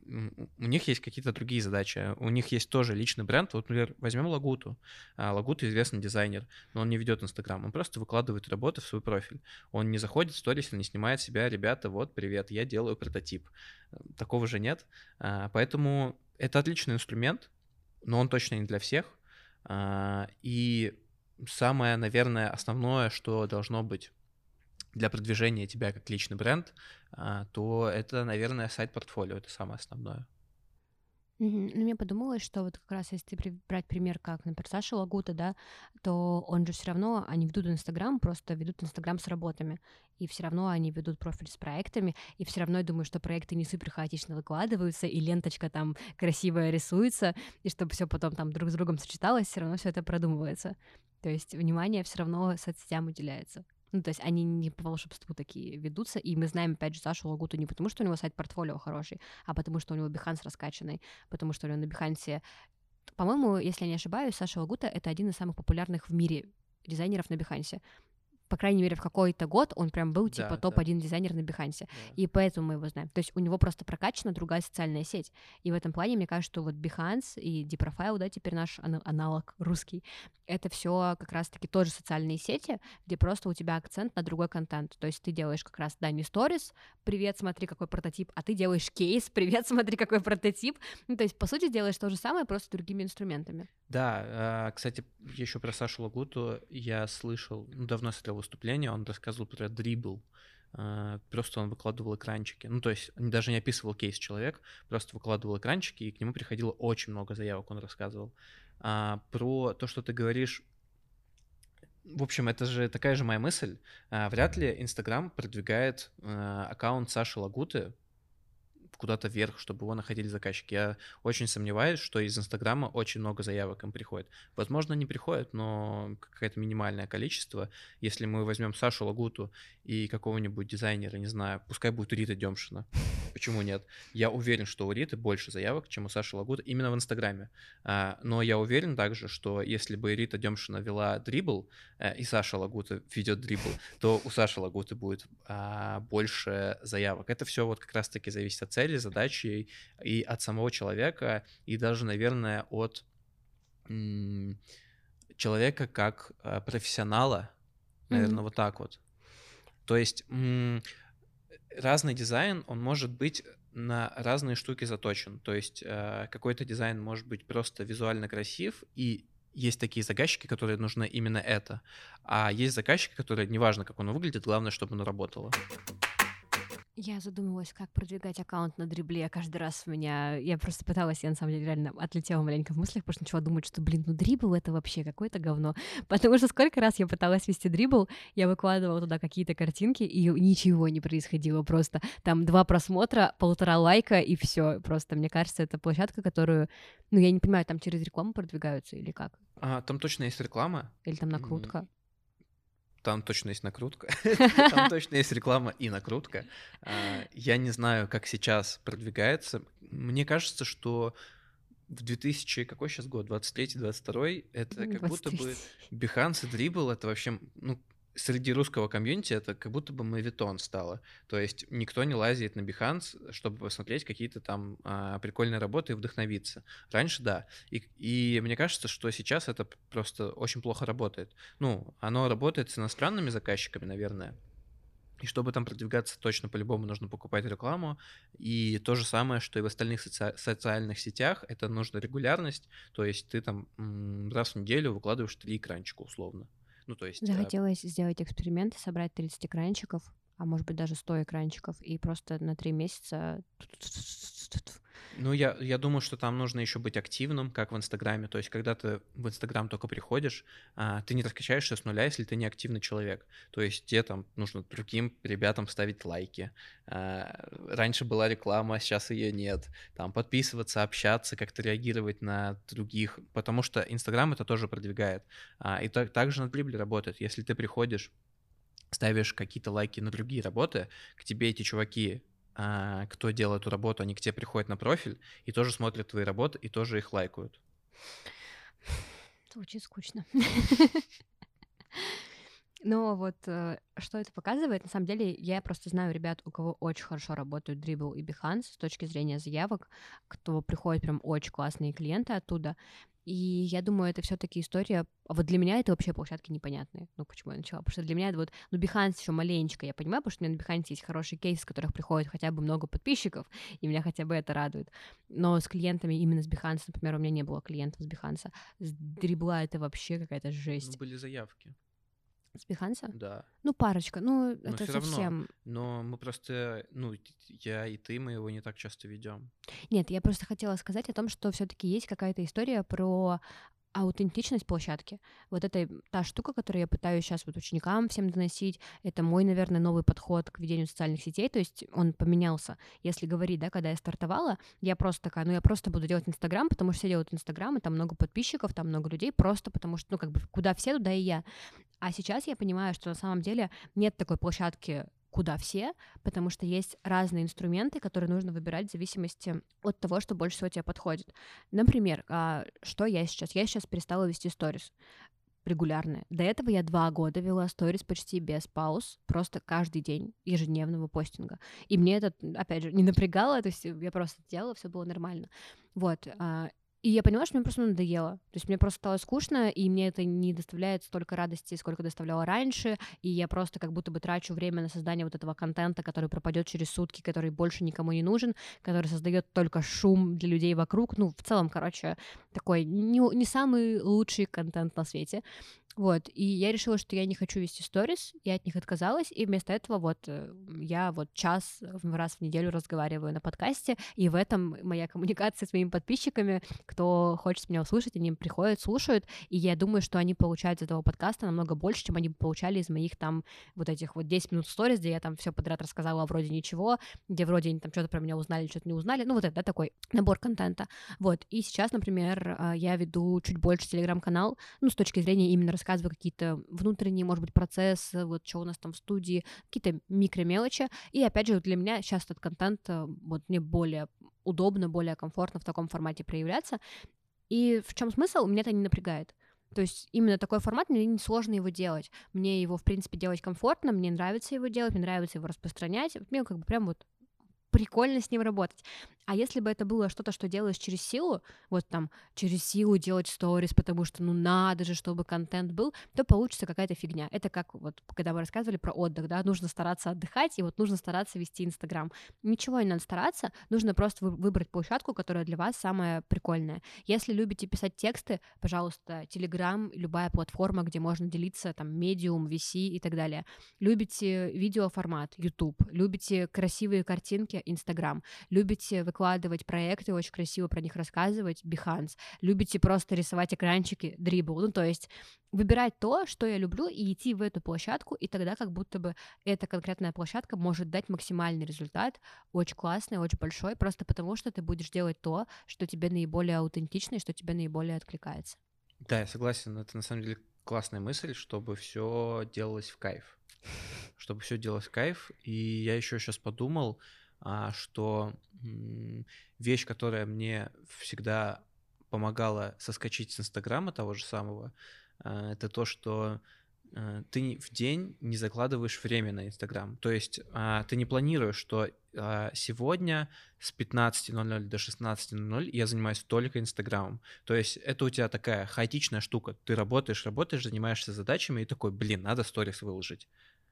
у них есть какие-то другие задачи. У них есть тоже личный бренд. Вот, например, возьмем Лагуту. Лагута известный дизайнер, но он не ведет Инстаграм. Он просто выкладывает работы в свой профиль. Он не заходит в сторис, не снимает себя: ребята, вот, привет, я делаю прототип. Такого же нет. Поэтому это отличный инструмент, но он точно не для всех. И самое, наверное, основное, что должно быть для продвижения тебя как личный бренд, то это, наверное, сайт-портфолио. Это самое основное. Мгм. Ну, мне подумалось, что вот как раз если брать пример, как, например, Саша Лагута, да, то он же все равно, они ведут Инстаграм, просто ведут Инстаграм с работами, и все равно они ведут профиль с проектами, и все равно я думаю, что проекты не супер хаотично выкладываются, и ленточка там красивая рисуется, и чтобы все потом там друг с другом сочеталось, все равно все это продумывается. То есть внимание все равно соцсетям уделяется. Ну, то есть они не по волшебству такие ведутся, и мы знаем, опять же, Сашу Лагуту не потому, что у него сайт-портфолио хороший, а потому что у него Behance раскачанный, потому что у него на Behance, по-моему, если я не ошибаюсь, Саша Лагута — это один из самых популярных в мире дизайнеров на Behance. По крайней мере, в какой-то год он прям был типа Да, да, топ-1 дизайнер на Behance. да. И поэтому мы его знаем. То есть у него просто прокачана другая социальная сеть. И в этом плане, мне кажется, что вот Behance и Deprofile, да, теперь наш аналог русский, это все как раз-таки тоже социальные сети, где просто у тебя акцент на другой контент. То есть ты делаешь как раз, да, не сторис, привет, смотри, какой прототип, а ты делаешь кейс, привет, смотри, какой прототип. Ну, то есть, по сути, делаешь то же самое, просто другими инструментами. Да, кстати, еще про Сашу Лагуту я слышал, давно смотрел выступление, он рассказывал про дрибл. Просто он выкладывал экранчики. Ну, то есть даже не описывал кейс человек, просто выкладывал экранчики, и к нему приходило очень много заявок, он рассказывал. Про то, что ты говоришь, в общем, это же такая же моя мысль. Вряд ли Инстаграм продвигает аккаунт Саши Лагуты куда-то вверх, чтобы его находили заказчики. Я очень сомневаюсь, что из Инстаграма очень много заявок им приходит. Возможно, не приходит, но какое-то минимальное количество. Если мы возьмем Сашу Лагуту и какого-нибудь дизайнера, не знаю, пускай будет Рита Демшина. Почему нет? Я уверен, что у Риты больше заявок, чем у Саши Лагуты именно в Инстаграме. Но я уверен также, что если бы Рита Демшина вела дрибл, и Саша Лагута ведет дрибл, то у Саши Лагуты будет больше заявок. Это все вот как раз-таки зависит от цели, задачи и от самого человека, и даже, наверное, от человека как профессионала, наверное, вот так вот. То есть разный дизайн, он может быть на разные штуки заточен. То есть какой-то дизайн может быть просто визуально красив, и есть такие заказчики, которые нужны именно это. А есть заказчики, которые, неважно, как оно выглядит, главное, чтобы оно работало. Я задумалась, как продвигать аккаунт на дрибле. Каждый раз у меня... Я просто пыталась, я на самом деле реально отлетела маленько в мыслях, потому что начала думать, что, блин, ну дрибл — это вообще какое-то говно. Потому что сколько раз я пыталась вести дрибл, я выкладывала туда какие-то картинки, и ничего не происходило. Просто там 2 просмотра, 1,5 лайка, и все. Просто, мне кажется, это площадка, которую... Ну, я не понимаю, там через рекламу продвигаются или как? Там точно есть реклама. Или там накрутка? Там точно есть накрутка. Там точно есть реклама и накрутка. Я не знаю, как сейчас продвигается. Мне кажется, что в 2000, какой сейчас год, 23-22, это как будто бы 23. Behance и Dribble, это вообще, среди русского комьюнити это как будто бы моветон стало. То есть никто не лазит на Behance, чтобы посмотреть какие-то там прикольные работы и вдохновиться. Раньше да. И мне кажется, что сейчас это просто очень плохо работает. Оно работает с иностранными заказчиками, наверное. И чтобы там продвигаться, точно по-любому нужно покупать рекламу. И то же самое, что и в остальных социальных сетях, это нужна регулярность. То есть ты там раз в неделю выкладываешь 3 экранчика условно. То есть... Захотелось сделать эксперимент, собрать 30 экранчиков, а может быть даже 100 экранчиков, и просто на 3 месяца... Я думаю, что там нужно еще быть активным, как в Инстаграме. То есть, когда ты в Инстаграм только приходишь, ты не раскачаешься с нуля, если ты не активный человек. То есть, тебе там нужно другим ребятам ставить лайки. Раньше была реклама, сейчас ее нет. Там подписываться, общаться, как-то реагировать на других. Потому что Инстаграм это тоже продвигает. И также на Дрибле работает. Если ты приходишь, ставишь какие-то лайки на другие работы, к тебе эти чуваки, кто делает эту работу, они к тебе приходят на профиль и тоже смотрят твои работы, и тоже их лайкают. Звучит скучно. Но вот что это показывает, на самом деле, я просто знаю ребят, у кого очень хорошо работают Dribble и Behance с точки зрения заявок, кто приходит прям очень классные клиенты оттуда. И я думаю, это все-таки история. А вот для меня это вообще площадки непонятные. Ну, почему я начала? Потому что для меня это вот, ну, Behance еще маленечко, я понимаю, потому что у меня на Behance есть хорошие кейсы, с которых приходит хотя бы много подписчиков, и меня хотя бы это радует. Но с клиентами именно с Behance, например, у меня не было клиентов с Behance. С Дрибла это вообще какая-то Ну, жесть. были заявки, С Behance? да. Ну, парочка. Ну, Но это все равно, совсем... но мы просто, ну, я и ты, мы его не так часто ведем. Нет, я просто хотела сказать о том, что все таки есть какая-то история про аутентичность площадки. Вот это та штука, которую я пытаюсь сейчас вот ученикам всем доносить. Это мой, наверное, новый подход к ведению социальных сетей. То есть он поменялся. Если говорить, да, когда я стартовала, я просто такая, ну, я просто буду делать Инстаграм, потому что все делают Инстаграм, и там много подписчиков, там много людей, просто потому что, ну, как бы, куда все, туда и я. А сейчас я понимаю, что на самом деле нет такой площадки, куда все, потому что есть разные инструменты, которые нужно выбирать в зависимости от того, что больше всего тебе подходит. Например, что я сейчас? Я сейчас перестала вести сторис регулярные. До этого я 2 года вела сторис почти без пауз, просто каждый день ежедневного постинга. И мне это, опять же, не напрягало, то есть я просто делала, все было нормально. Вот. И я поняла, что мне просто надоело. То есть мне просто стало скучно, и мне это не доставляет столько радости, сколько доставляло раньше, и я просто как будто бы трачу время на создание вот этого контента, который пропадет через сутки, который больше никому не нужен, который создает только шум для людей вокруг. Ну, в целом, короче, такой не самый лучший контент на свете. Вот, и я решила, что я не хочу вести сторис, я от них отказалась, и вместо этого вот я вот час раз в неделю разговариваю на подкасте, и в этом моя коммуникация с моими подписчиками, кто хочет меня услышать, они приходят, слушают, и я думаю, что они получают из этого подкаста намного больше, чем они бы получали из моих там вот этих вот 10 минут сторис, где я там все подряд рассказала, а вроде ничего, где вроде они там что-то про меня узнали, что-то не узнали, ну вот это, да, такой набор контента. Вот, и сейчас, например, я веду чуть больше телеграм-канал, ну, с точки зрения именно рассказываю какие-то внутренние, может быть, процессы, вот что у нас там в студии, какие-то микромелочи. И опять же, вот для меня сейчас этот контент, вот мне более удобно, более комфортно в таком формате проявляться. И в чем смысл? Меня это не напрягает. То есть именно такой формат, мне не сложно его делать. Мне его, в принципе, делать комфортно, мне нравится его делать, мне нравится его распространять. Вот мне как бы прям вот прикольно с ним работать. А если бы это было что-то, что делаешь через силу, вот там через силу делать сторис, потому что ну надо же, чтобы контент был, то получится какая-то фигня. Это как вот когда мы рассказывали про отдых, да, нужно стараться отдыхать, и вот нужно стараться вести Инстаграм. Ничего не надо стараться, нужно просто выбрать площадку, которая для вас самая прикольная. Если любите писать тексты, пожалуйста, Телеграм, любая платформа, где можно делиться, там, Medium, VC и так далее. Любите видеоформат, YouTube, любите красивые картинки, Инстаграм, любите выкладывать проекты, очень красиво про них рассказывать, Behance, любите просто рисовать экранчики, Dribble, ну, то есть выбирать то, что я люблю, и идти в эту площадку, и тогда как будто бы эта конкретная площадка может дать максимальный результат, очень классный, очень большой, просто потому что ты будешь делать то, что тебе наиболее аутентично и что тебе наиболее откликается. Да, я согласен, это на самом деле классная мысль, чтобы все делалось в кайф. Чтобы все делалось в кайф. И я еще сейчас подумал, что вещь, которая мне всегда помогала соскочить с Инстаграма того же самого, это то, что ты в день не закладываешь время на Инстаграм. То есть ты не планируешь, что сегодня с 15:00 до 16:00 я занимаюсь только Инстаграмом. То есть это у тебя такая хаотичная штука. Ты работаешь, занимаешься задачами и такой, блин, надо сторис выложить.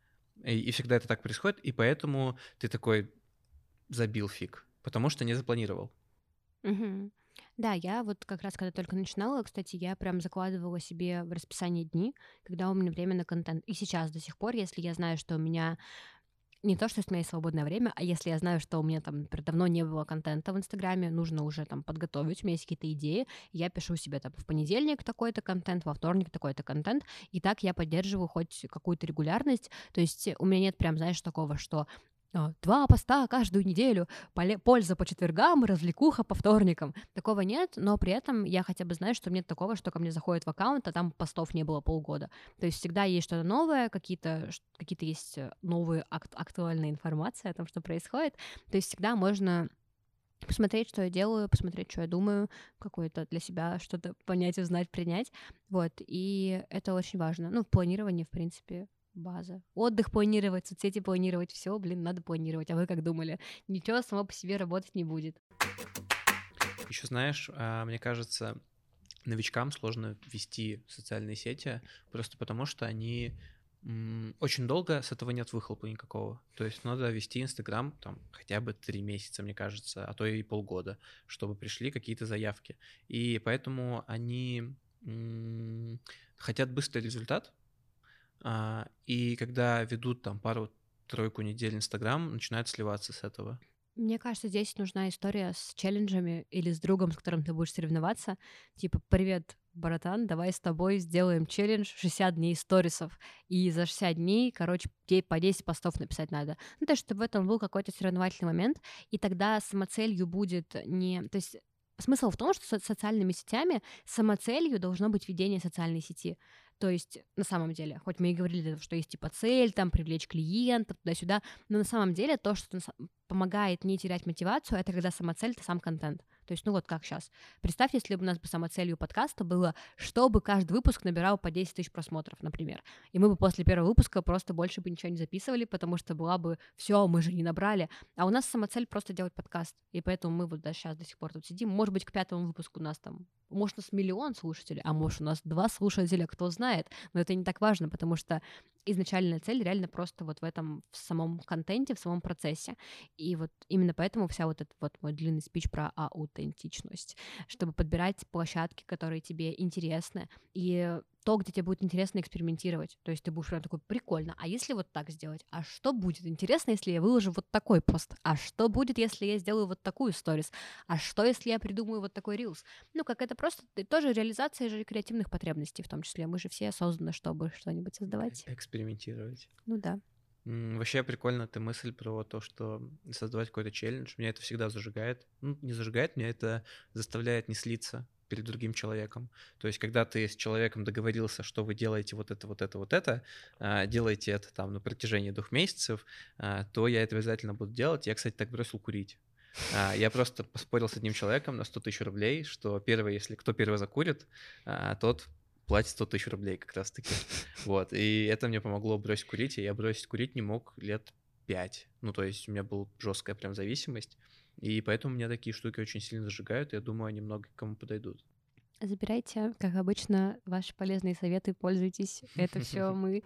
И всегда это так происходит, и поэтому ты такой забил фиг, потому что не запланировал. Мгм. Да, я вот как раз когда только начинала, кстати, я прям закладывала себе в расписание дни, когда у меня время на контент. И сейчас до сих пор, если я знаю, что у меня не то, что если у меня есть свободное время, а если я знаю, что у меня там, например, давно не было контента в Инстаграме, нужно уже там подготовить, у меня есть какие-то идеи, я пишу себе там в понедельник такой-то контент, во вторник такой-то контент, и так я поддерживаю хоть какую-то регулярность. То есть у меня нет прям, знаешь, такого, что 2 поста каждую неделю, польза по четвергам, развлекуха по вторникам. Такого нет, но при этом я хотя бы знаю, что нет такого, что ко мне заходит в аккаунт, а там постов не было полгода. То есть всегда есть что-то новое, какие-то есть новые актуальная информация о том, что происходит. То есть всегда можно посмотреть, что я делаю, посмотреть, что я думаю, какое-то для себя что-то понять, узнать, принять. Вот, и это очень важно. Ну, в планировании, в принципе, База. Отдых планировать, соцсети планировать, все, блин, надо планировать. А вы как думали? Ничего само по себе работать не будет. Еще знаешь, мне кажется, новичкам сложно вести социальные сети просто потому, что они очень долго с этого нет выхлопа никакого. То есть надо вести Инстаграм там хотя бы 3 месяца, мне кажется, а то и полгода, чтобы пришли какие-то заявки. И поэтому они хотят быстрый результат, и когда ведут там пару-тройку недель Инстаграм, начинают сливаться с этого. Мне кажется, здесь нужна история с челленджами или с другом, с которым ты будешь соревноваться. Типа, привет, братан, давай с тобой сделаем челлендж 60 дней сторисов. И за 60 дней, короче, по 10 постов написать надо. Ну, то есть, чтобы в этом был какой-то соревновательный момент, и тогда самоцелью будет не... То есть смысл в том, что с социальными сетями самоцелью должно быть ведение социальной сети. То есть, на самом деле, хоть мы и говорили, что есть типа цель, там, привлечь клиентов, туда-сюда, но на самом деле то, что помогает не терять мотивацию, это когда самоцель — это сам контент. То есть, ну вот как сейчас. Представь, если бы у нас бы самоцелью подкаста было, чтобы каждый выпуск набирал по 10 тысяч просмотров, например. И мы бы после первого выпуска просто больше бы ничего не записывали, потому что была бы все, мы же не набрали. А у нас самоцель просто делать подкаст. И поэтому мы вот сейчас до сих пор тут сидим. Может быть, к 5-му выпуску у нас там, может, у нас 1 000 000 слушателей, а может, у нас 2 слушателя, кто знает. Но это не так важно, потому что изначальная цель реально просто вот в этом, в самом контенте, в самом процессе. И вот именно поэтому вся вот этот вот мой длинный спич про аутентичность, чтобы подбирать площадки, которые тебе интересны, и то, где тебе будет интересно экспериментировать. То есть ты будешь прям такой, прикольно, а если вот так сделать? А что будет интересно, если я выложу вот такой пост? А что будет, если я сделаю вот такую сторис? А что, если я придумаю вот такой рилс? Ну, как это просто тоже реализация же креативных потребностей в том числе. Мы же все созданы, чтобы что-нибудь создавать. Экспериментировать. Ну да. Вообще прикольно ты мысль про то, что создавать какой-то челлендж. Меня это всегда зажигает. Ну, не зажигает, меня это заставляет не слиться перед другим человеком. То есть, когда ты с человеком договорился, что вы делаете вот это, вот это, вот это, делаете это там на протяжении 2 месяцев, то я это обязательно буду делать. Я, кстати, так бросил курить. Я просто поспорил с одним человеком на 100 000 рублей, что если кто первый закурит, тот платит 100 000 рублей как раз-таки. Вот, и это мне помогло бросить курить, и я бросить курить не мог лет 5. Ну, то есть у меня была жесткая прям зависимость, и поэтому меня такие штуки очень сильно зажигают, и я думаю, они много кому подойдут. Забирайте, как обычно, ваши полезные советы, пользуйтесь. Это все мы.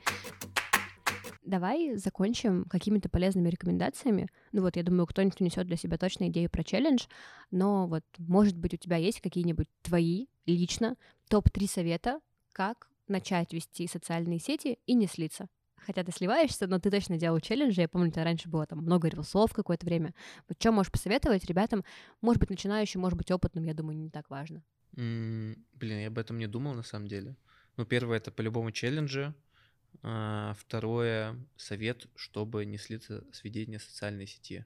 Давай закончим какими-то полезными рекомендациями. Ну вот, я думаю, кто-нибудь унесет для себя точно идею про челлендж, но вот, может быть, у тебя есть какие-нибудь твои лично топ-3 совета, как начать вести социальные сети и не слиться. Хотя ты сливаешься, но ты точно делал челленджи. Я помню, у тебя раньше было там много рилсов какое-то время. Вот что можешь посоветовать ребятам? Может быть, начинающим, может быть, опытным, я думаю, не так важно. Блин, я об этом не думал на самом деле. Ну, первое — это по-любому челленджи. Второе — совет, чтобы не слиться с ведения социальной сети.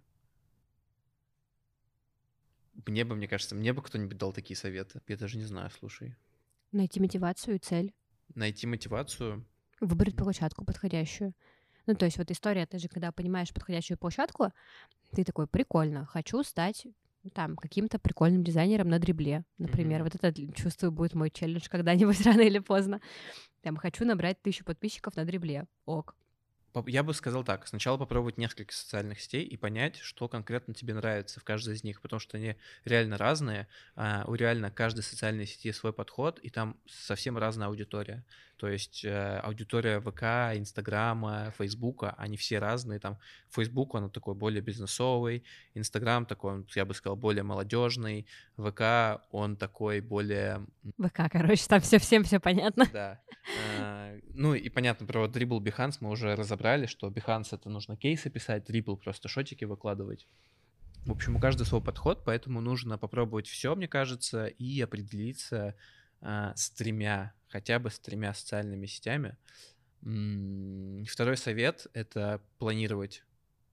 Мне кажется, мне бы кто-нибудь дал такие советы. Я даже не знаю, слушай. Найти мотивацию и цель. Найти мотивацию. Выбрать площадку подходящую. Ну, то есть вот история, ты же, когда понимаешь подходящую площадку, ты такой, прикольно, хочу стать там каким-то прикольным дизайнером на дрибле, например. Вот это, чувствую, будет мой челлендж когда-нибудь рано или поздно. Там, хочу набрать 1000 подписчиков на дрибле. Ок. Я бы сказал так: сначала попробовать несколько социальных сетей и понять, что конкретно тебе нравится в каждой из них, потому что они реально разные. У реально каждой социальной сети свой подход, и там совсем разная аудитория. То есть аудитория ВК, Инстаграма, Фейсбука, они все разные. Там Фейсбук, он такой более бизнесовый, Инстаграм такой, я бы сказал, более молодежный, ВК, он такой более... ВК, короче, там всем все понятно. Да. Ну и понятно, про Dribble Behance мы уже разобрали, что Behance — это нужно кейсы писать, Dribble — просто шотики выкладывать. В общем, у каждого свой подход, поэтому нужно попробовать все, мне кажется, и определиться хотя бы с 3 социальными сетями. Второй совет — это планировать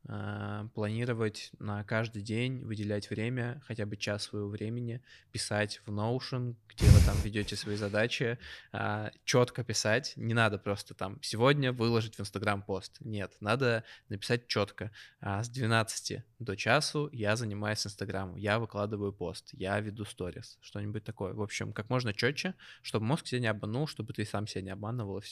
на каждый день, выделять время, хотя бы час своего времени, писать в Notion, где вы там ведете свои задачи, четко писать. Не надо просто там сегодня выложить в Instagram пост. Нет, надо написать четко. С 12 до часу я занимаюсь Инстаграмом, я выкладываю пост, я веду сторис, что-нибудь такое. В общем, как можно четче, чтобы мозг себя не обманул, чтобы ты сам себя не обманывал, и все.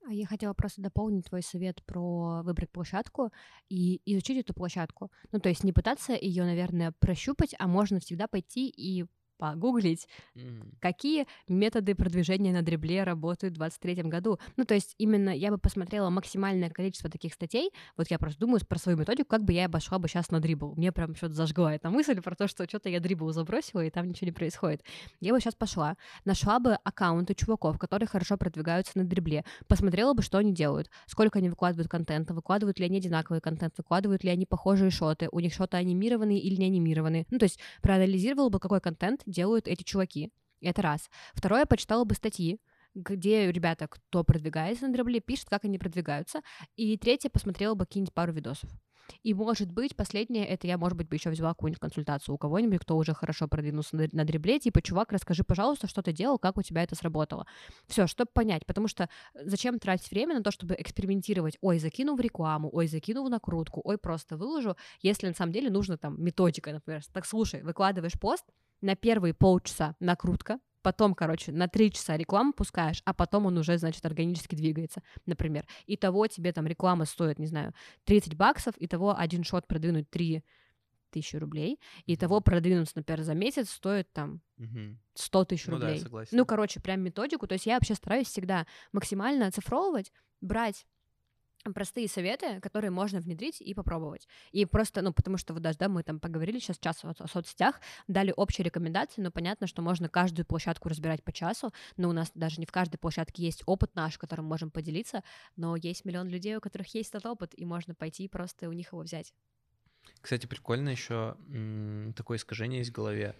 А я хотела просто дополнить твой совет про выбрать площадку и изучить эту площадку. Ну, то есть не пытаться ее, наверное, прощупать, а можно всегда пойти и погуглить, М, какие методы продвижения на дрибле работают в 2023 году. Ну, то есть именно я бы посмотрела максимальное количество таких статей. Вот я просто думаю про свою методику, как бы я обошла бы сейчас на дрибл. Мне прям что-то зажгла эта мысль про то, что что-то я дрибл забросила, и там ничего не происходит. Я бы сейчас пошла, нашла бы аккаунты чуваков, которые хорошо продвигаются на дрибле, посмотрела бы, что они делают, сколько они выкладывают контента, выкладывают ли они одинаковый контент, выкладывают ли они похожие шоты, у них шоты анимированные или не анимированные. Ну, то есть проанализировала бы, какой контент делают эти чуваки. Это раз. Второе, почитала бы статьи, где ребята, кто продвигается на дробле, пишут, как они продвигаются. И третье, посмотрела бы какие-нибудь пару видосов. И, может быть, последнее, это я, может быть, бы еще взяла какую-нибудь консультацию у кого-нибудь, кто уже хорошо продвинулся на дрибле, типа, чувак, расскажи, пожалуйста, что ты делал, как у тебя это сработало. Все, чтобы понять, потому что зачем тратить время на то, чтобы экспериментировать, ой, закину в рекламу, ой, закину в накрутку, ой, просто выложу, если на самом деле нужно там методика, например. Так, слушай, выкладываешь пост, на первые полчаса накрутка, потом, короче, на 3 часа рекламу пускаешь, а потом он уже, значит, органически двигается, например. Итого тебе там реклама стоит, не знаю, $30, итого один шот продвинуть 3000 рублей, итого мгм, продвинуться, например, за месяц стоит там мгм. 100 тысяч Ну да, я рублей. Ну, согласен. короче, прям методику. То есть я вообще стараюсь всегда максимально оцифровывать, брать простые советы, которые можно внедрить и попробовать. И просто, ну, потому что вот даже, да, мы там поговорили сейчас час о соцсетях, дали общие рекомендации, но понятно, что можно каждую площадку разбирать по часу, но у нас даже не в каждой площадке есть опыт наш, которым можем поделиться, но есть миллион людей, у которых есть этот опыт, и можно пойти и просто у них его взять. Кстати, прикольно еще такое искажение есть в голове,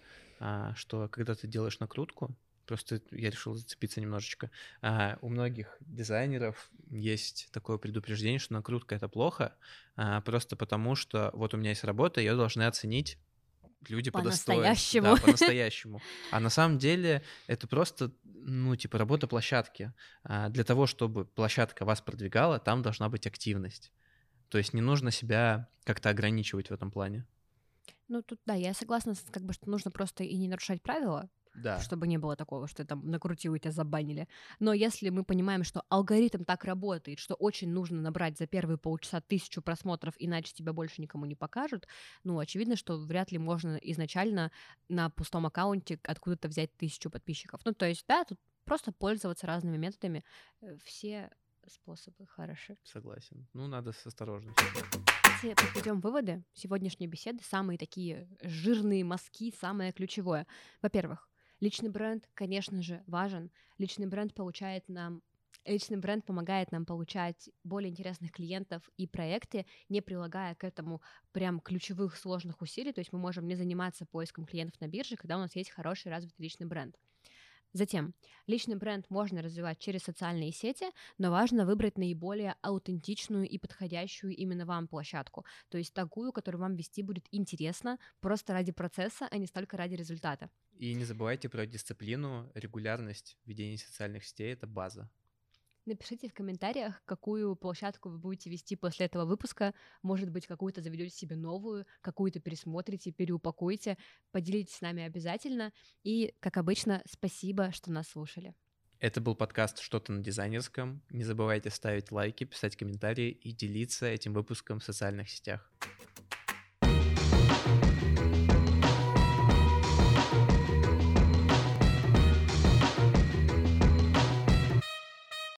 что когда ты делаешь накрутку, просто я решил зацепиться немножечко, у многих дизайнеров есть такое предупреждение, что накрутка — это плохо, просто потому что вот у меня есть работа, ее должны оценить люди по достоинству, По-настоящему. да, по-настоящему. А на самом деле это просто, ну, типа, работа площадки. Для того, чтобы площадка вас продвигала, там должна быть активность. То есть не нужно себя как-то ограничивать в этом плане. Ну, тут, да, я согласна, как бы, что нужно просто и не нарушать правила, Да. чтобы не было такого, что ты там накрутил и тебя забанили. Но если мы понимаем, что алгоритм так работает, что очень нужно набрать за первые полчаса 1000 просмотров, иначе тебя больше никому не покажут, ну, очевидно, что вряд ли можно изначально на пустом аккаунте откуда-то взять 1000 подписчиков. Ну, то есть, да, тут просто пользоваться разными методами. Все способы хороши. Согласен. Ну, надо с осторожностью. Давайте подведем выводы сегодняшней беседы, самые такие жирные мазки, самое ключевое. Во-первых, личный бренд, конечно же, важен. Личный бренд помогает нам получать более интересных клиентов и проекты, не прилагая к этому прям ключевых сложных усилий. То есть мы можем не заниматься поиском клиентов на бирже, когда у нас есть хороший развитый личный бренд. Затем, личный бренд можно развивать через социальные сети, но важно выбрать наиболее аутентичную и подходящую именно вам площадку, то есть такую, которую вам вести будет интересно, просто ради процесса, а не столько ради результата. И не забывайте про дисциплину, регулярность ведения социальных сетей — это база. Напишите в комментариях, какую площадку вы будете вести после этого выпуска. Может быть, какую-то заведете себе новую, какую-то пересмотрите, переупакуете. Поделитесь с нами обязательно. И, как обычно, спасибо, что нас слушали. Это был подкаст «Что-то на дизайнерском». Не забывайте ставить лайки, писать комментарии и делиться этим выпуском в социальных сетях.